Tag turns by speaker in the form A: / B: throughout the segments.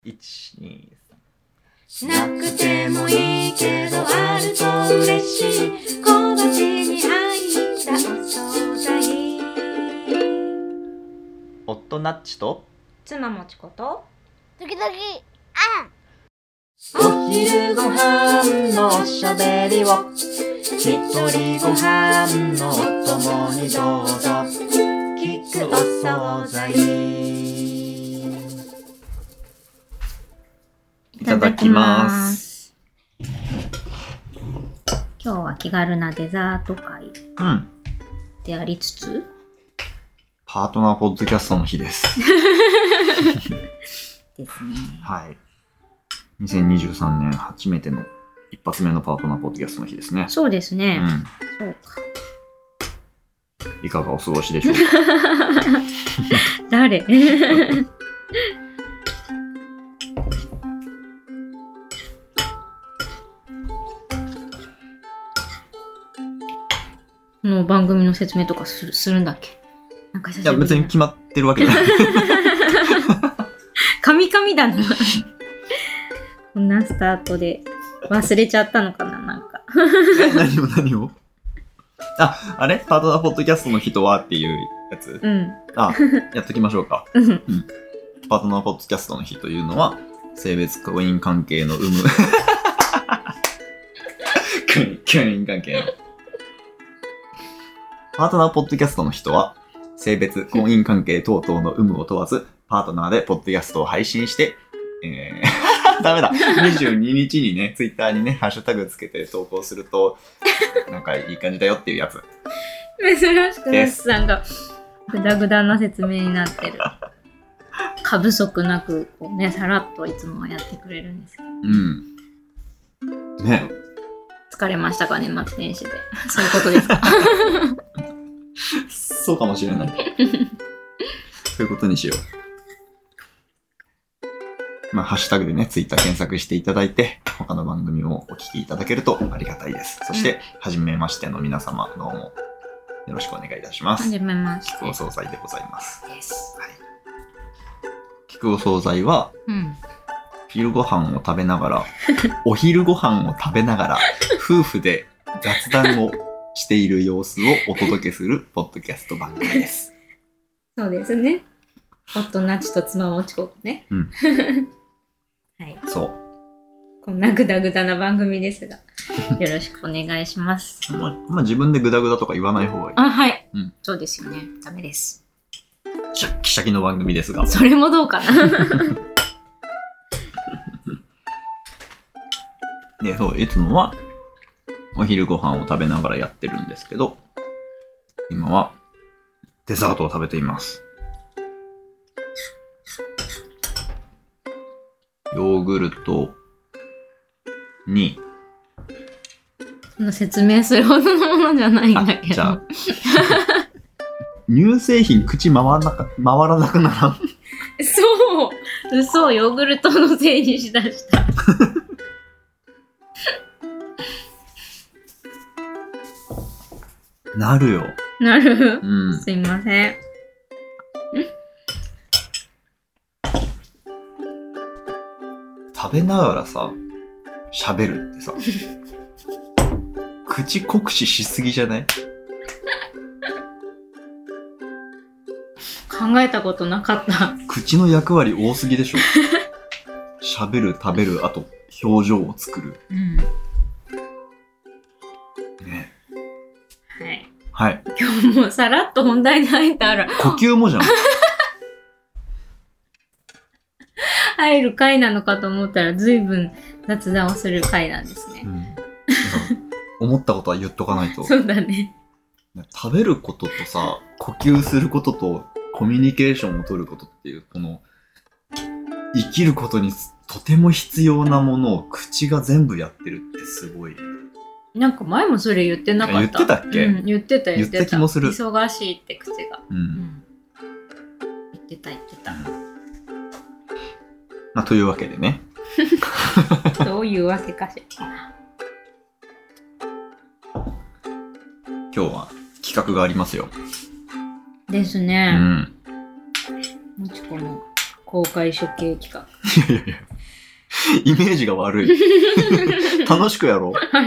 A: 1、2、
B: 3なくてもいいけどあると嬉しい小鉢に入ったお惣菜。
A: 夫ナッチと
B: 妻もちこと
C: 時々
B: お昼ご飯のおしゃべりを一人ご飯のお供にどうぞ聞くお惣菜。
A: いただきます。
D: 今日は気軽なデザート会でありつつ、
A: パートナーポッドキャストの日です。
D: ですね。
A: はい。2023年初めての一発目のパートナーポッドキャストの日ですね。
D: そうですね。そうか。
A: いかがお過ごしでしょうか。
D: 誰もう番組の説明とかするんだっけ？なんか久しぶり。
A: いや別に決まってるわけじゃない。
D: カミカミだな。こんなスタートで忘れちゃったのかな、なんか。
A: 何をあれパートナーポッドキャストの人はっていうやつ、やっときましょうか。パートナーポッドキャストの日というのは性別婚姻関係の婚姻関係のパートナーポッドキャストの人は性別婚姻関係等々の有無を問わずパートナーでポッドキャストを配信してダメだ。22日にね、ツイッターにね、ハッシュタグつけて投稿すると、なんかいい感じだよっていうやつ。
D: 珍しくナッチさんがグダグダな説明になってる。過不足なく、こうね、さらっといつもやってくれるんですけど。
A: ね。
D: 疲れましたか、年末年始で。そういうことですか。
A: そうかもしれない。そういうことにしよう。ハッシュタグでね、ツイッター検索していただいて、他の番組をお聞きいただけるとありがたいです。そして、はじめましての皆様、どうもよろしくお願いいたします。
D: はじめまして。
A: 聞くお惣菜でございます。
D: です。
A: はい。聞くお惣菜は、昼ご飯を食べながら、お昼ご飯を食べながら、夫婦で雑談をしている様子をお届けするポッドキャスト番組です。
D: そうですね。夫ナッチと妻もちことね。はい。
A: そう。
D: こんなグダグダな番組ですが、よろしくお願いします。
A: 自分でグダグダとか言わない方がいい。
D: はい。そうですよね。ダメです。
A: シャッキシャキの番組ですが。
D: それもどうかな。
A: で、そう、いつもはお昼ご飯を食べながらやってるんですけど、今はデザートを食べています。ヨーグルトに
D: その説明するほどのものじゃないんだけど。
A: じゃあ乳製品口回らなくならん？
D: 嘘、ヨーグルトのせいにしだした。
A: なるよ。
D: なる？すいません。
A: 食べながらさ、喋るってさ、口酷使しすぎじゃない？
D: 考えたことなかった。
A: 口の役割多すぎでしょ。喋る、食べる、あと表情を作る。ね。はい。
D: 今日もさらっと本題に入ったら
A: 呼吸もじゃん。
D: 入る回なのかと思ったら随分雑談をする回なんですね。
A: 思ったことは言っとかないと。
D: そうだね。
A: 食べることとさ、呼吸することとコミュニケーションを取ることっていう、この生きることにとても必要なものを口が全部やってるってすごい。
D: なんか前もそれ言ってなかった？
A: 言ってたっけ？
D: 言ってた。
A: 言った気もする。
D: 忙しいって口が。言ってた。
A: というわけでね。
D: どういうわけかしら。
A: 今日は企画がありますよ。
D: ですね。もちこの公開処刑企画。
A: いやいやいや。イメージが悪い。楽しくやろう。
D: はい。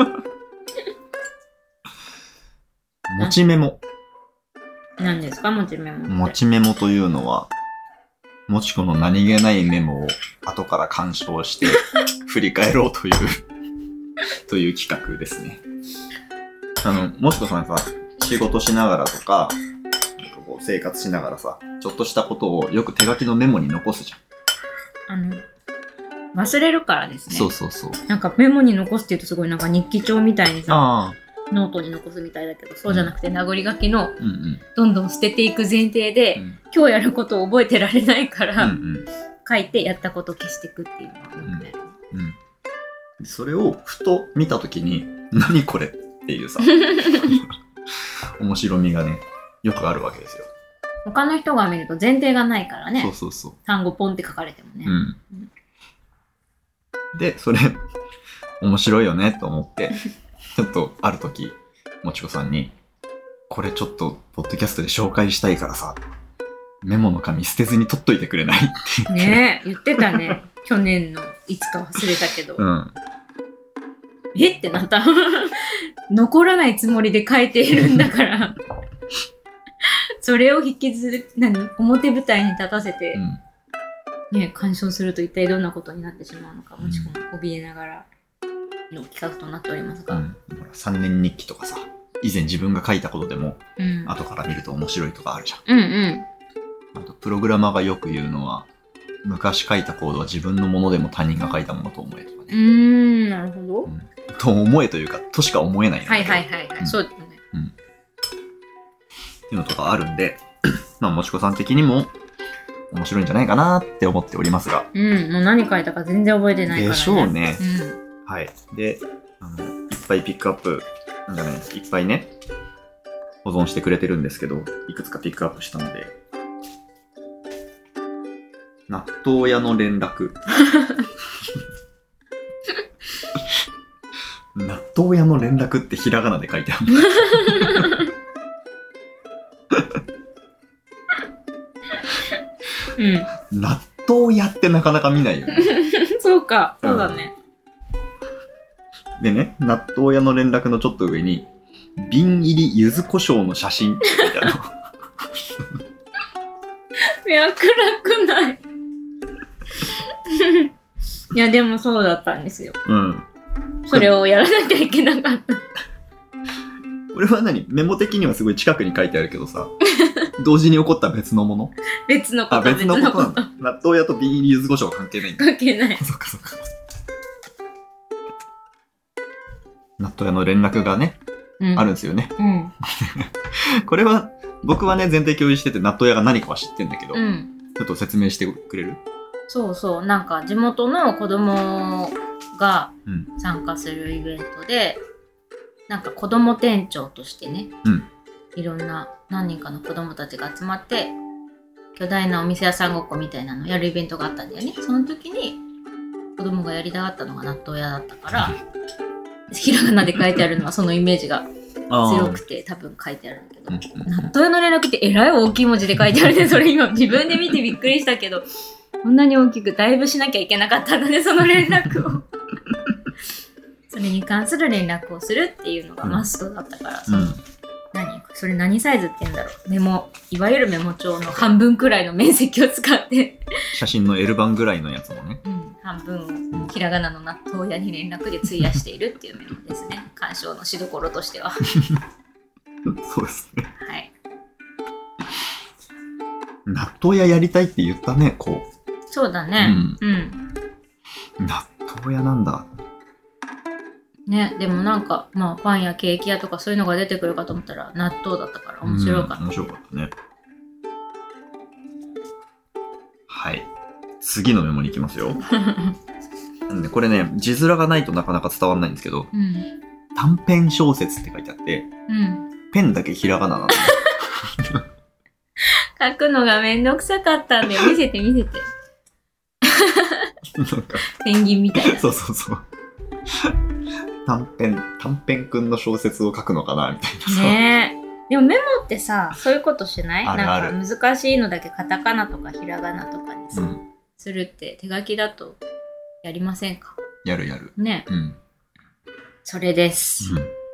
A: 持ちメモ。
D: 何ですか、持ちメモって。
A: 持ちメモというのは、もちこの何気ないメモを後から鑑賞して振り返ろうというという企画ですね。もちこさんさ、仕事しながらとか、生活しながらさ、ちょっとしたことをよく手書きのメモに残すじゃん。
D: 忘れるからですね。
A: そうそうそう。
D: なんかメモに残すって言うとすごいなんか日記帳みたいにさ、ノートに残すみたいだけど、そうじゃなくて殴り書きの、どんどん捨てていく前提で、今日やることを覚えてられないから、書いてやったことを消していくっていうのがよくやる。
A: それをふと見たときに、何これっていうさ、面白みがね、よくあるわけですよ。
D: 他の人が見ると前提がないからね。
A: そうそうそう。
D: 単語ポンって書かれてもね。
A: で、それ、面白いよねと思って、ちょっとある時、もちこさんに、これちょっと、ポッドキャストで紹介したいからさ、メモの紙捨てずに取っといてくれないって言って。
D: ねえ、言ってたね。去年のいつか忘れたけど。えってなった。残らないつもりで書いているんだから。それを引きずる、表舞台に立たせて、ね、鑑賞すると一体どんなことになってしまうのか、もちろん怯えながらの企画となっておりますが。
A: 3年日記とかさ、以前自分が書いたことでも、後から見ると面白いとかあるじゃん。あと、プログラマーがよく言うのは、昔書いたコードは自分のものでも他人が書いたものと思えとかね。
D: なるほど。
A: と思えというか、としか思えないんだけど。
D: はい。そうですね。
A: っていうのとかあるんで、まあ、もちこさん的にも面白いんじゃないかなって思っておりますが。
D: もう何書いたか全然覚えてないからね。
A: でしょうね。はい。で、いっぱいピックアップ、いっぱいね、保存してくれてるんですけど、いくつかピックアップしたので、納豆屋の連絡。納豆屋の連絡ってひらがなで書いてある。納豆屋ってなかなか見ないよね。
D: そうか、そうだね。
A: でね、納豆屋の連絡のちょっと上に、瓶入り柚子胡椒の写真って書いてあるの。
D: 脈絡ない。いや、でもそうだったんですよ。それをやらなきゃいけなかった。
A: これはメモ的にはすごい近くに書いてあるけどさ、同時に起こった別のもの？
D: 別のこと。
A: 別のことなんだ。納豆屋と瓶入り柚子胡椒は関係ないんだ。
D: 関係ない。
A: そっか。納豆屋の連絡がね、あるんですよね。これは、僕はね、前提共有してて納豆屋が何かは知ってんだけど、ちょっと説明してくれる？
D: そうそう。なんか地元の子供が参加するイベントで、なんか子供店長としてね、いろんな何人かの子供たちが集まって、巨大なお店屋さんごっこみたいなのをやるイベントがあったんだよね。その時に子供がやりたがったのが納豆屋だったから、ひらがなで書いてあるのはそのイメージが強くて多分書いてあるんだけど、納豆屋の連絡ってえらい大きい文字で書いてあるね。それ今自分で見てびっくりしたけど、こんなに大きくだいぶしなきゃいけなかったんだね、その連絡を。それに関する連絡をするっていうのがマストだったから、それ何サイズって言うんだろう。メモ、いわゆるメモ帳の半分くらいの面積を使って
A: 写真の L 版ぐらいのやつもね、
D: 半分をひらがなの納豆屋に連絡で費やしているっていうメモですね。鑑賞のしどころとしては。
A: そうですね。
D: はい。
A: 納豆屋やりたいって言ったね、こう。
D: そうだね。
A: 納豆屋なんだ。
D: ね、でもなんか、まあ、パンやケーキ屋とかそういうのが出てくるかと思ったら、納豆だったから面白かった。
A: 面白かったね。はい。次のメモに行きますよ。これね、字面がないとなかなか伝わらないんですけど、短編小説って書いてあって、ペンだけひらがななんだ。
D: 書くのがめんどくさかったんで、見せて。ペンギンみたいな。
A: そう。短編くんの小説を書くのかなみたいなさ。
D: ねでもメモってさ、そういうことしない？
A: あるある
D: なんか難しいのだけカタカナとかひらがなとかにさ、
A: うん
D: するって手書きだとやりませんか？
A: やるやる。
D: ね。
A: うん。
D: それです。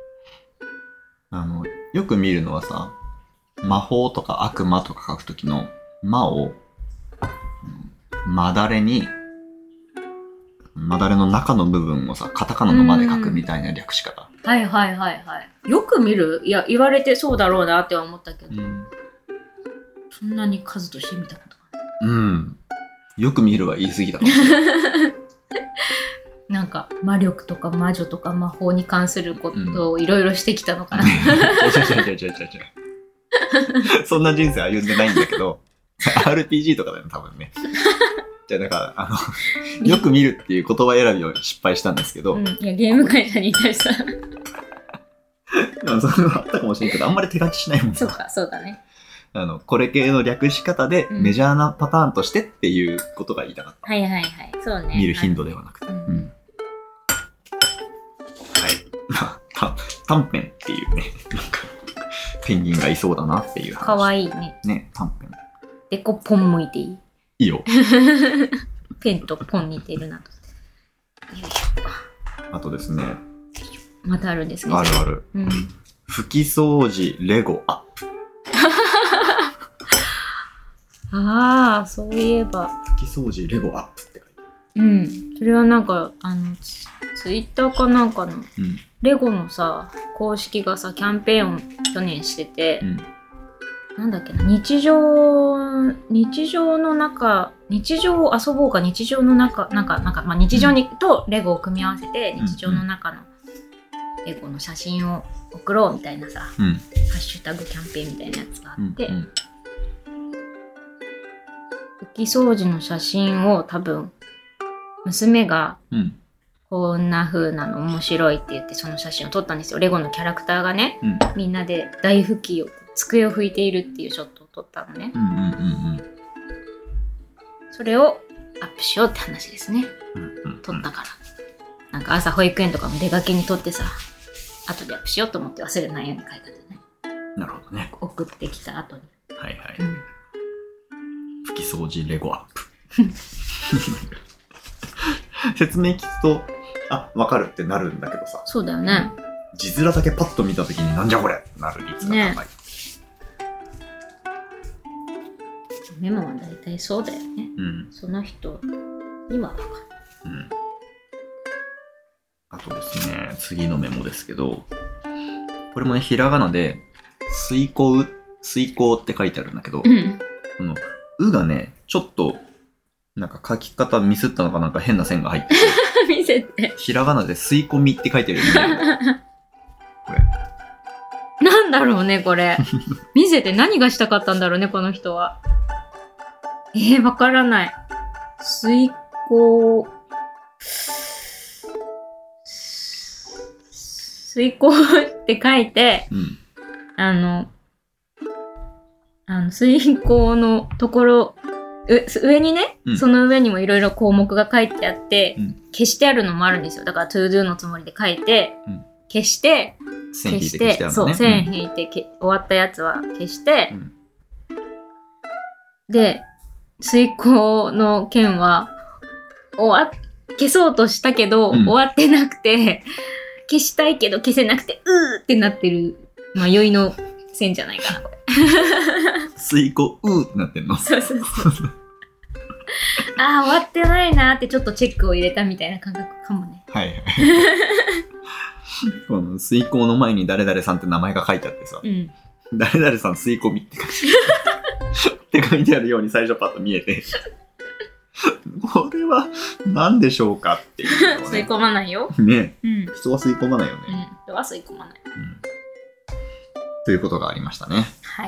A: よく見るのはさ、魔法とか悪魔とか書くときの魔を、まだれに、まだれの中の部分をさ、カタカナのまで書くみたいな略し方。
D: はいはいはいはい。よく見る？いや、言われてそうだろうなっては思ったけど、そんなに数として見たことがない。
A: うん。よく見るは言い過ぎだかもしれない。
D: なんか魔力とか魔女とか魔法に関することをいろいろしてきたのかな。
A: 違う。そんな人生歩んでないんだけど、RPG とかだよね、多分ね。じゃあだからよく見るっていう言葉選びを失敗したんですけど、
D: いやゲーム会社にいたしさ。
A: でもそれはあったかもしれんけど、あんまり手書きしないもんさ。
D: そうか、そうだね。
A: これ系の略し方でメジャーなパターンとしてっていうことが言いたかった。
D: はいはいはい、そうね。
A: 見る頻度ではなくて。はい。短編っていうね、なんか、ペンギンがいそうだなっていう話。
D: かわいいね。
A: ね、短編。
D: でこポン向いていい？
A: いいよ。
D: ペンとポン似てるなと。よいしょ。
A: あとですね。
D: またあるんですね。
A: あるある。拭き掃除レゴアップ。
D: ああ、そういえば。
A: 拭き掃除レゴアップって書いてあ
D: る。それはなんか、ツイッターかなんかの、レゴのさ、公式がさ、キャンペーンを去年してて、なんだっけな、日常の中、日常を遊ぼうか、日常の中、まあ、日常にとレゴを組み合わせて、日常の中のレゴの写真を送ろうみたいなさ、ハッシュタグキャンペーンみたいなやつがあって、拭き掃除の写真を多分、娘が、こんな風なの面白いって言ってその写真を撮ったんですよ。レゴのキャラクターがね、みんなで大拭きを、机を拭いているっていうショットを撮ったのね。それをアップしようって話ですね。撮ったから。なんか朝保育園とかも出かけに撮ってさ、後でアップしようと思って忘れないように書いたんだね。
A: なるほどね。
D: 送ってきた後に。
A: はいはい。拭き掃除レゴアップ。説明聞くと、わかるってなるんだけどさ。
D: そうだよね。
A: 字面だけパッと見たときになんじゃこれってなる率が高い。
D: メモは大体そうだよね。その人にはわかる。
A: あとですね、次のメモですけど、これもね、ひらがなで、水耕って書いてあるんだけど、この、うがね、ちょっと、なんか書き方ミスったのかなんか変な線が入ってる。
D: 見せて。
A: ひらがなで吸い込みって書いてるよね。これ。
D: なんだろうね、これ。見せて何がしたかったんだろうね、この人は。わからない。水耕って書いて、水耕のところ、上にね、その上にもいろいろ項目が書いてあって、消してあるのもあるんですよ。だから to do のつもりで書いて、消して、
A: 線引いて消してあるのね。
D: そう、線引いて終わったやつは消して、で、水耕の件は消そうとしたけど、終わってなくて、消したいけど消せなくて、ってなってる迷いの線じゃないかな、これ。
A: 水耕ってなってんの？
D: そうそうそう。終わってないなってちょっとチェックを入れたみたいな感覚かもね。
A: はいはい。この水耕の前に誰々さんって名前が書いてあってさ、誰々さん吸い込みって書いてあるように最初パッと見えて、これは何でしょうかっていうのをね。
D: 吸い込まないよ。
A: ね、人は吸い込まないよね。
D: 人は吸い込まない。
A: ということがありましたね。
D: はい。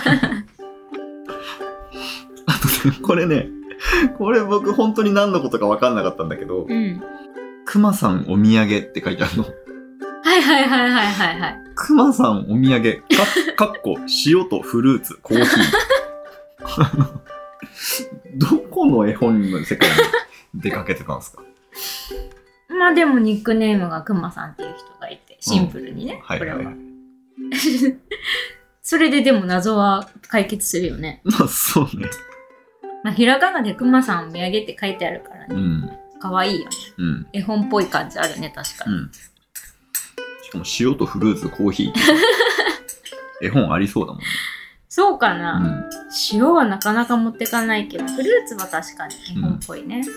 A: あとね、これ僕本当に何のことか分かんなかったんだけど、くまさんお土産って書いてあるの。
D: はい。
A: くまさんお土産、かっこ塩とフルーツ、コーヒー。どこの絵本の世界に出かけてたんですか？
D: まあでもニックネームがくまさんっていう人がいて、シンプルにね。
A: これは。
D: それででも謎は解決するよね。
A: まあそうね。
D: まあ、ひらがなでくまさんお土産って書いてあるからね。
A: うん。
D: かわいいよね。
A: うん。
D: 絵本っぽい感じあるね、確かに。
A: うん。しかも塩とフルーツ、コーヒー。絵本ありそうだもんね。
D: そうかな、
A: うん。
D: 塩はなかなか持ってかないけど、フルーツは確かに絵本っぽいね。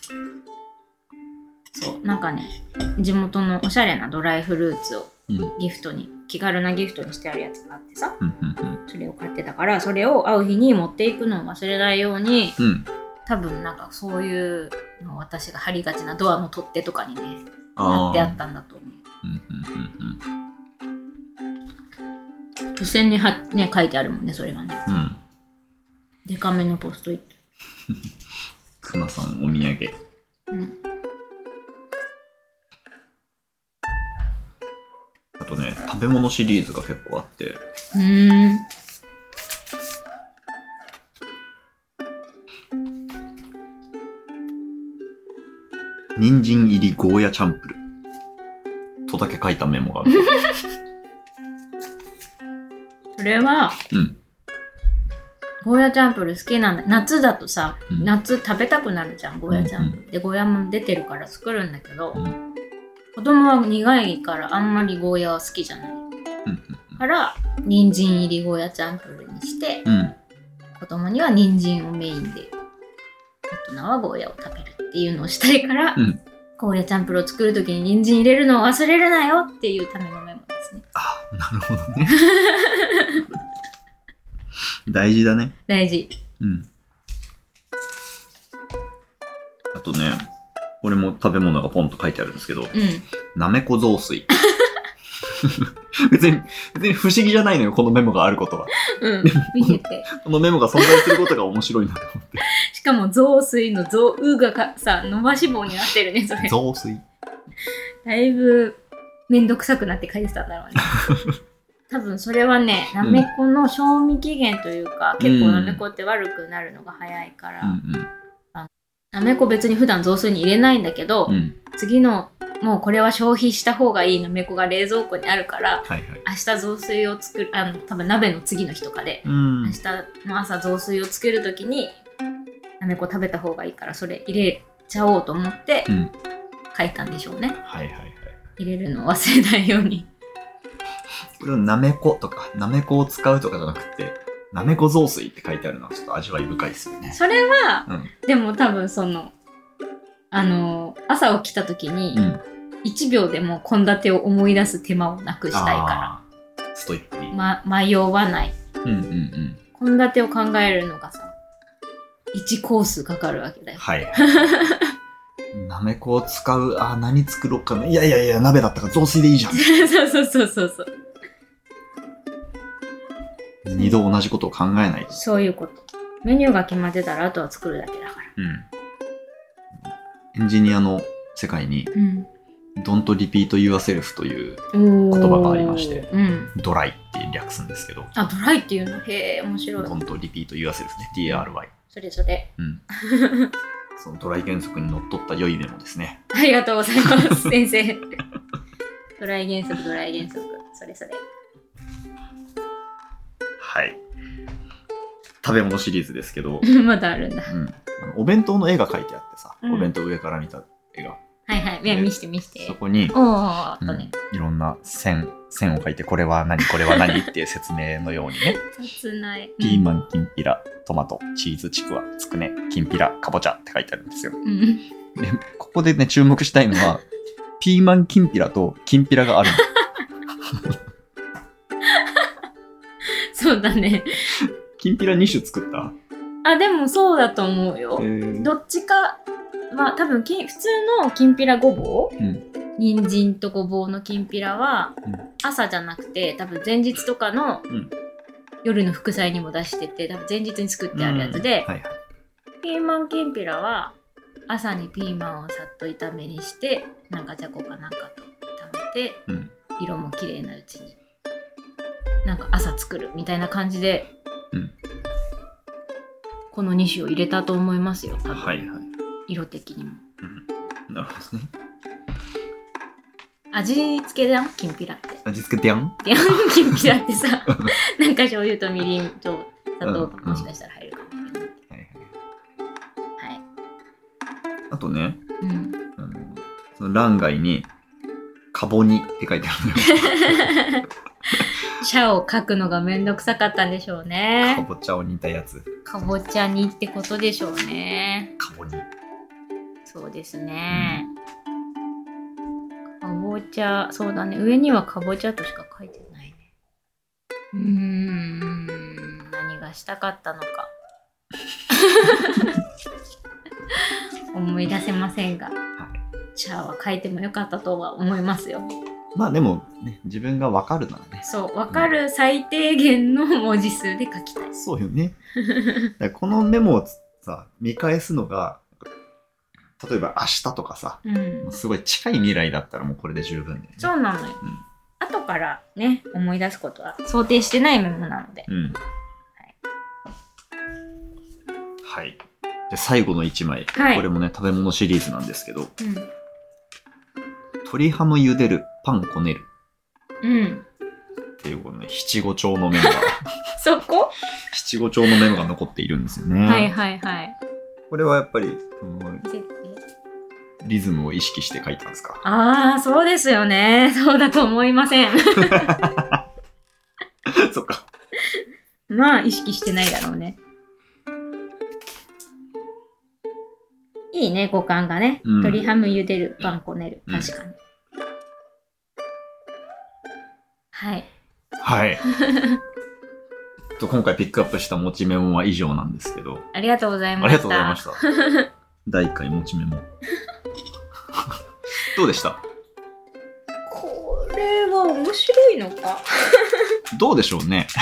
D: そう、なんかね、地元のおしゃれなドライフルーツをギフトに、気軽なギフトにしてあるやつがあってさ、それを買ってたから、それを会う日に持っていくのを忘れないように、多分なんかそういうのを私が貼りがちなドアの取っ手とかにね、貼ってあったんだと思う。付箋にね、書いてあるもんね、それがね。デカめのポストイット。
A: くまさんお土産。あとね、食べ物シリーズが結構あって。人参入りゴーヤチャンプルとだけ書いたメモがある。
D: それは、ゴーヤチャンプル好きなんだ。夏だとさ、夏食べたくなるじゃん、ゴーヤチャンプル。で、ゴーヤも出てるから作るんだけど、子供は苦いからあんまりゴーヤは好きじゃない。から、人参入りゴーヤチャンプルにして、子供には人参をメインで、大人はゴーヤを食べるっていうのをしたいから、ゴーヤチャンプルを作るときに人参入れるのを忘れるなよっていうためのメモですね。
A: あ、なるほどね。大事だね。
D: 大事。
A: あとね、これも食べ物がポンと書いてあるんですけど、なめこ雑炊。別に不思議じゃないのよ、このメモがあることは。
D: 見てて。
A: このメモが存在することが面白いなと思って。
D: しかも雑炊の雑うがさ、伸ばし棒になってるね、それ。
A: 雑炊。
D: だいぶめんどくさくなって書いてたんだろうね。多分それはね、なめこの賞味期限というか、結構なめこって悪くなるのが早いから、なめこ別に普段雑炊に入れないんだけど、次のもうこれは消費した方がいいなめこが冷蔵庫にあるから、明日雑炊を作る、多分鍋の次の日とかで、明日の朝雑炊を作るときになめこ食べた方がいいからそれ入れちゃおうと思って書いたんでしょうね。入れるのを忘れないように。
A: これをなめことか、なめこを使うとかじゃなくて、なめこ雑炊って書いてあるのはちょっと味わい深いですよね。
D: それは、でも多分その、朝起きた時に、1秒でも献立を思い出す手間をなくしたいから。
A: ストイックに。
D: 迷わない。献立を考えるのがさ、1コースかかるわけだよ。
A: なめこを使う、何作ろうかな。いや、鍋だったから雑炊でいいじゃん。
D: そう。
A: 二度同じことを考えない。
D: そういうこと。メニューが決まってたらあとは作るだけだから。
A: エンジニアの世界に、Don't repeat yourself という言葉がありまして、ドライって略すんですけど。
D: ドライっていうのへえ、面白い。
A: Don't repeat yourself ね。DRY。
D: それ。
A: そのドライ原則にのっとった良いメモですね。
D: ありがとうございます、先生。ドライ原則。それ。
A: はい。食べ物シリーズですけど。
D: まだあるんだ。
A: お弁当の絵が描いてあってさ、お弁当上から見た絵が。
D: 見して。
A: そこに、いろんな線を描いて、これは何っていう説明のようにね。ピーマン、きんぴら、トマト、チーズ、ちくわ、つくね、きんぴら、かぼちゃって書いてあるんですよ。でここでね、注目したいのは、ピーマンきんぴらときんぴらがあるの。
D: そうだね。
A: きんぴら2種作った？
D: でもそうだと思うよ。どっちかは多分普通のきんぴらごぼう、人参とごぼうのきんぴらは朝じゃなくて多分前日とかの夜の副菜にも出してて多分前日に作ってあるやつで、ピーマンきんぴらは朝にピーマンをさっと炒めにしてなんかじゃこかなんかと炒めて、色も綺麗なうちになんか朝作るみたいな感じで、この2種を入れたと思いますよ、多分。色的にも。
A: なるほどね。
D: 味付けだよ、きんぴらって。
A: 味付けてやん。
D: きんぴらってさ、なんか醤油とみりんと砂糖ともしかしたら入るかもしれない。はい。
A: あとね、
D: うん。
A: その欄外に、かぼにって書いてあるのよ。
D: 茶を書くのがめんどくさかったんでしょうね。
A: かぼちゃを煮たやつ。
D: かぼちゃ煮ってことでしょうね。
A: かぼに。
D: そうですね。かぼちゃ、そうだね。上にはかぼちゃとしか書いてないね。何がしたかったのか。思い出せませんが、茶は書いてもよかったとは思いますよ。
A: まあでもね、自分が分かるならね。
D: そう、分かる最低限の文字数で書きたい。
A: そうよね。だからこのメモをさ、見返すのが、例えば明日とかさ、すごい近い未来だったらもうこれで十分だよね。
D: そうなのよ。後からね、思い出すことは想定してないメモなので。
A: はい。で、最後の1枚。これもね、食べ物シリーズなんですけど、鶏ハム茹でる、パンこねる。っていうこのね、七五調のメモが。
D: そこ
A: 七五調のメモが残っているんですよね。
D: はいはいはい。
A: これはやっぱり、リズムを意識して書いたんですか？
D: ああ、そうですよね。そうだと思いません。
A: そっか。
D: まあ、意識してないだろうね。いいね、五感がね。鶏ハム茹でる、パンこねる。確かに。はい。
A: はい。今回ピックアップした持ちメモは以上なんですけど。
D: ありがとうございました。
A: ありがとうございました。第1回持ちメモ。どうでした？
D: これは面白いのか？
A: どうでしょうね。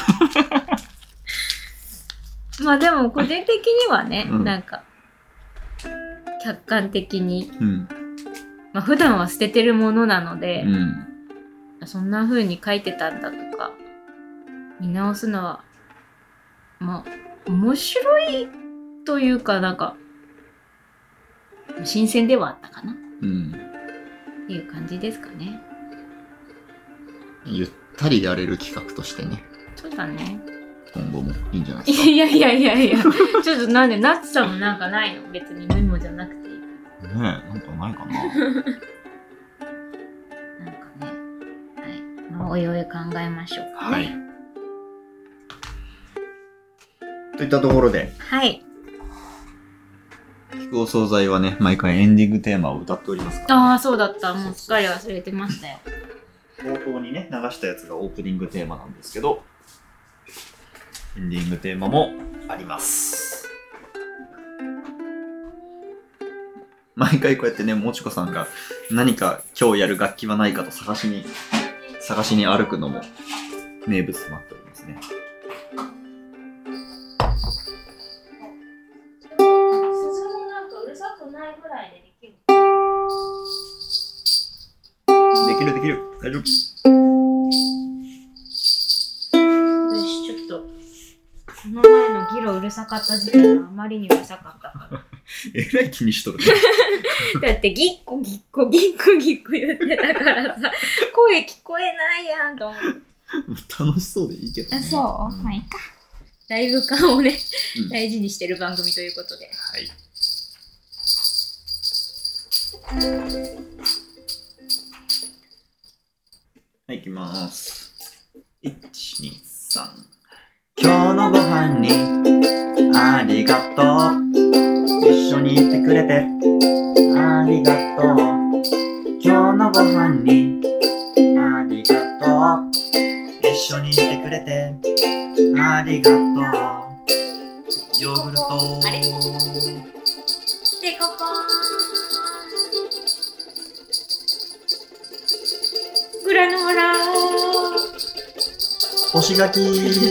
D: まあでも個人的にはね、なんか客観的に、まあ普段は捨ててるものなので、そんな風に書いてたんだとか見直すのはまあ面白いというか、なんか新鮮ではあったかな、っていう感じですかね。
A: ゆったりやれる企画としてね。
D: そうだね。
A: 今後もいいんじゃないですか。
D: いやちょっとなんでナッツさんもなんかないの？別にメモじゃなくていい。ね
A: え、なんかないかな。
D: なんかね、はい、まあ、おいおい考えましょうかね。はい。
A: といったところで、
D: はい。
A: 聞くお惣菜はね、毎回エンディングテーマを歌っておりますから、
D: ね。ああ、そうだった。もうすっかり忘れてましたよ。
A: 冒頭にね、流したやつがオープニングテーマなんですけど、エンディングテーマもあります。毎回こうやってね、もちこさんが何か今日やる楽器はないかと探しに歩くのも名物となっておりますね。
D: 鈴もなんかうるさくないぐらいでできる。
A: できる。大丈夫。
D: 私ちょっとこの前のギロうるさかった時期があまりにうるさかったから。
A: えらい気にしとるね。
D: だってギッコギッコ言ってたからさ、声聞こえないやんと思って。
A: 楽しそうでいいけどね。
D: そう、まあいいか。ライブ感をね、大事にしてる番組ということで。
A: はい、いきます。1、2、3。今日のご飯にありがとう。一緒にいてくれてありがとう。今日のご飯にありがとう。一緒にいてくれてありがとう。ヨーグルト
D: あれでここグラノーラ
A: 干し柿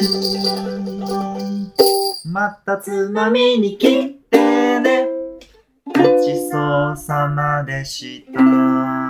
A: またつまみに切ってね。ごちそうさまでした。